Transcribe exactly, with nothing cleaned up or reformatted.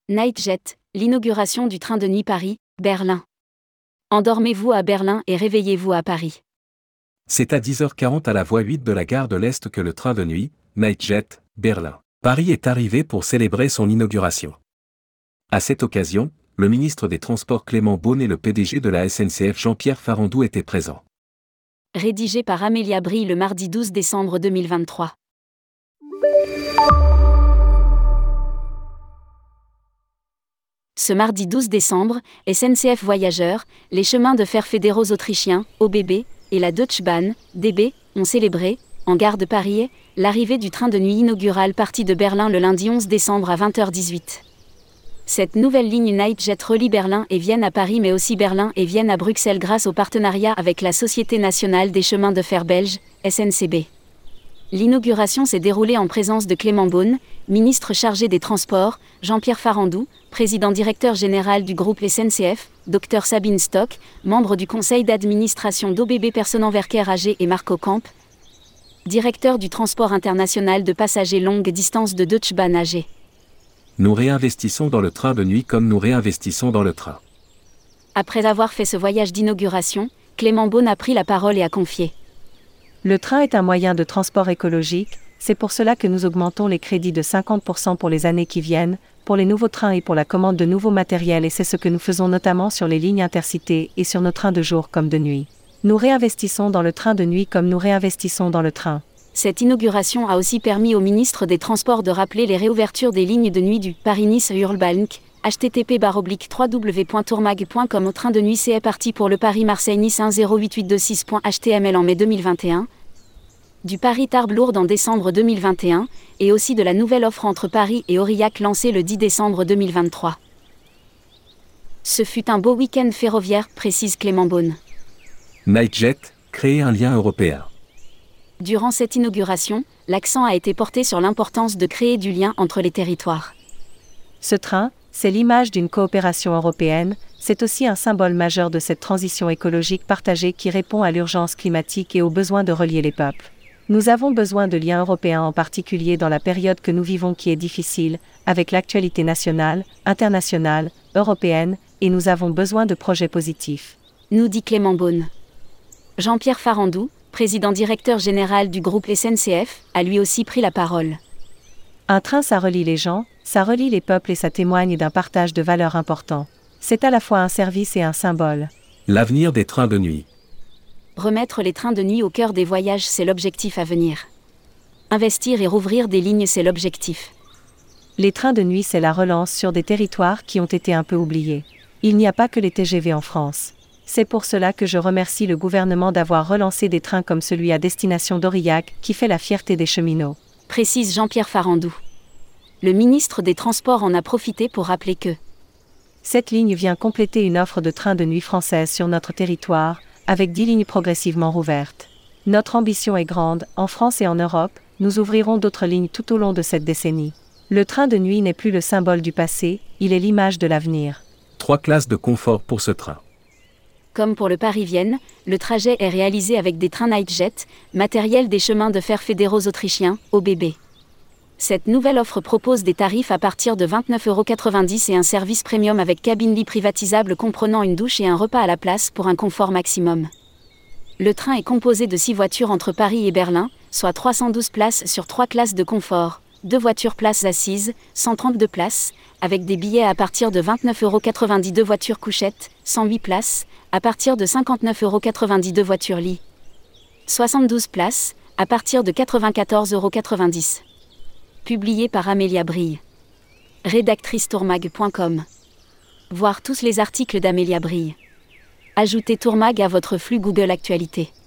Nightjet, l'inauguration du train de nuit Paris-Berlin. Endormez-vous à Berlin et réveillez-vous à Paris. C'est à dix heures quarante à la voie huit de la gare de l'Est que le train de nuit, Nightjet, Berlin, Paris est arrivé pour célébrer son inauguration. À cette occasion, le ministre des Transports Clément Beaune et le P D G de la S N C F Jean-Pierre Farandou étaient présents. Rédigé par Amélia Brille le mardi douze décembre deux mille vingt-trois. Ce mardi douze décembre, S N C F Voyageurs, les chemins de fer fédéraux autrichiens, O B B, et la Deutsche Bahn, D B, ont célébré, en gare de Paris, l'arrivée du train de nuit inaugural parti de Berlin le lundi onze décembre à vingt heures dix-huit. Cette nouvelle ligne Nightjet relie Berlin et Vienne à Paris mais aussi Berlin et Vienne à Bruxelles grâce au partenariat avec la Société nationale des chemins de fer belge, S N C B. L'inauguration s'est déroulée en présence de Clément Beaune, ministre chargé des Transports, Jean-Pierre Farandou, président directeur général du groupe S N C F, Dr Sabine Stock, membre du conseil d'administration d'O B B Personenverkehr A G et Marco Camp, directeur du transport international de passagers longue distance de Deutsche Bahn A G. Nous réinvestissons dans le train de nuit comme nous réinvestissons dans le train. Après avoir fait ce voyage d'inauguration, Clément Beaune a pris la parole et a confié. Le train est un moyen de transport écologique, c'est pour cela que nous augmentons les crédits de cinquante pour cent pour les années qui viennent, pour les nouveaux trains et pour la commande de nouveaux matériels et c'est ce que nous faisons notamment sur les lignes intercités et sur nos trains de jour comme de nuit. Nous réinvestissons dans le train de nuit comme nous réinvestissons dans le train. Cette inauguration a aussi permis au ministre des Transports de rappeler les réouvertures des lignes de nuit du Paris-Nice-Urbank, h t t p w w w point tourmag point com au train de nuit C est parti pour le Paris-Marseille-Nice un zéro huit huit deux six point h t m l en mai deux mille vingt et un, du Paris-Tarbes-Lourdes en décembre deux mille vingt et un, et aussi de la nouvelle offre entre Paris et Aurillac lancée le dix décembre deux mille vingt-trois. Ce fut un beau week-end ferroviaire, précise Clément Beaune. Nightjet, créer un lien européen. Durant cette inauguration, l'accent a été porté sur l'importance de créer du lien entre les territoires. Ce train, c'est l'image d'une coopération européenne, c'est aussi un symbole majeur de cette transition écologique partagée qui répond à l'urgence climatique et au besoin de relier les peuples. Nous avons besoin de liens européens en particulier dans la période que nous vivons qui est difficile, avec l'actualité nationale, internationale, européenne, et nous avons besoin de projets positifs. Nous dit Clément Beaune. Jean-Pierre Farandou, président directeur général du groupe S N C F, a lui aussi pris la parole. Un train ça relie les gens, ça relie les peuples et ça témoigne d'un partage de valeurs important. C'est à la fois un service et un symbole. L'avenir des trains de nuit. Remettre les trains de nuit au cœur des voyages, c'est l'objectif à venir. Investir et rouvrir des lignes, c'est l'objectif. Les trains de nuit, c'est la relance sur des territoires qui ont été un peu oubliés. Il n'y a pas que les T G V en France. C'est pour cela que je remercie le gouvernement d'avoir relancé des trains comme celui à destination d'Aurillac, qui fait la fierté des cheminots. Précise Jean-Pierre Farandou. Le ministre des Transports en a profité pour rappeler que cette ligne vient compléter une offre de trains de nuit française sur notre territoire, avec dix lignes progressivement rouvertes. Notre ambition est grande, en France et en Europe, nous ouvrirons d'autres lignes tout au long de cette décennie. Le train de nuit n'est plus le symbole du passé, il est l'image de l'avenir. Trois classes de confort pour ce train. Comme pour le Paris-Vienne, le trajet est réalisé avec des trains Nightjet, matériel des chemins de fer fédéraux autrichiens, O B B. Cette nouvelle offre propose des tarifs à partir de vingt-neuf euros quatre-vingt-dix et un service premium avec cabine lit privatisable comprenant une douche et un repas à la place pour un confort maximum. Le train est composé de six voitures entre Paris et Berlin, soit trois cent douze places sur trois classes de confort, deux voitures places assises, cent trente-deux places, avec des billets à partir de vingt-neuf euros quatre-vingt-dix, deux voitures couchettes, cent huit places, à partir de cinquante-neuf euros quatre-vingt-dix, deux voitures lit. soixante-douze places, à partir de quatre-vingt-quatorze euros quatre-vingt-dix. Publié par Amélia Brille. Rédactrice tourmag point com. Voir tous les articles d'Amélia Brille. Ajoutez Tourmag à votre flux Google Actualité.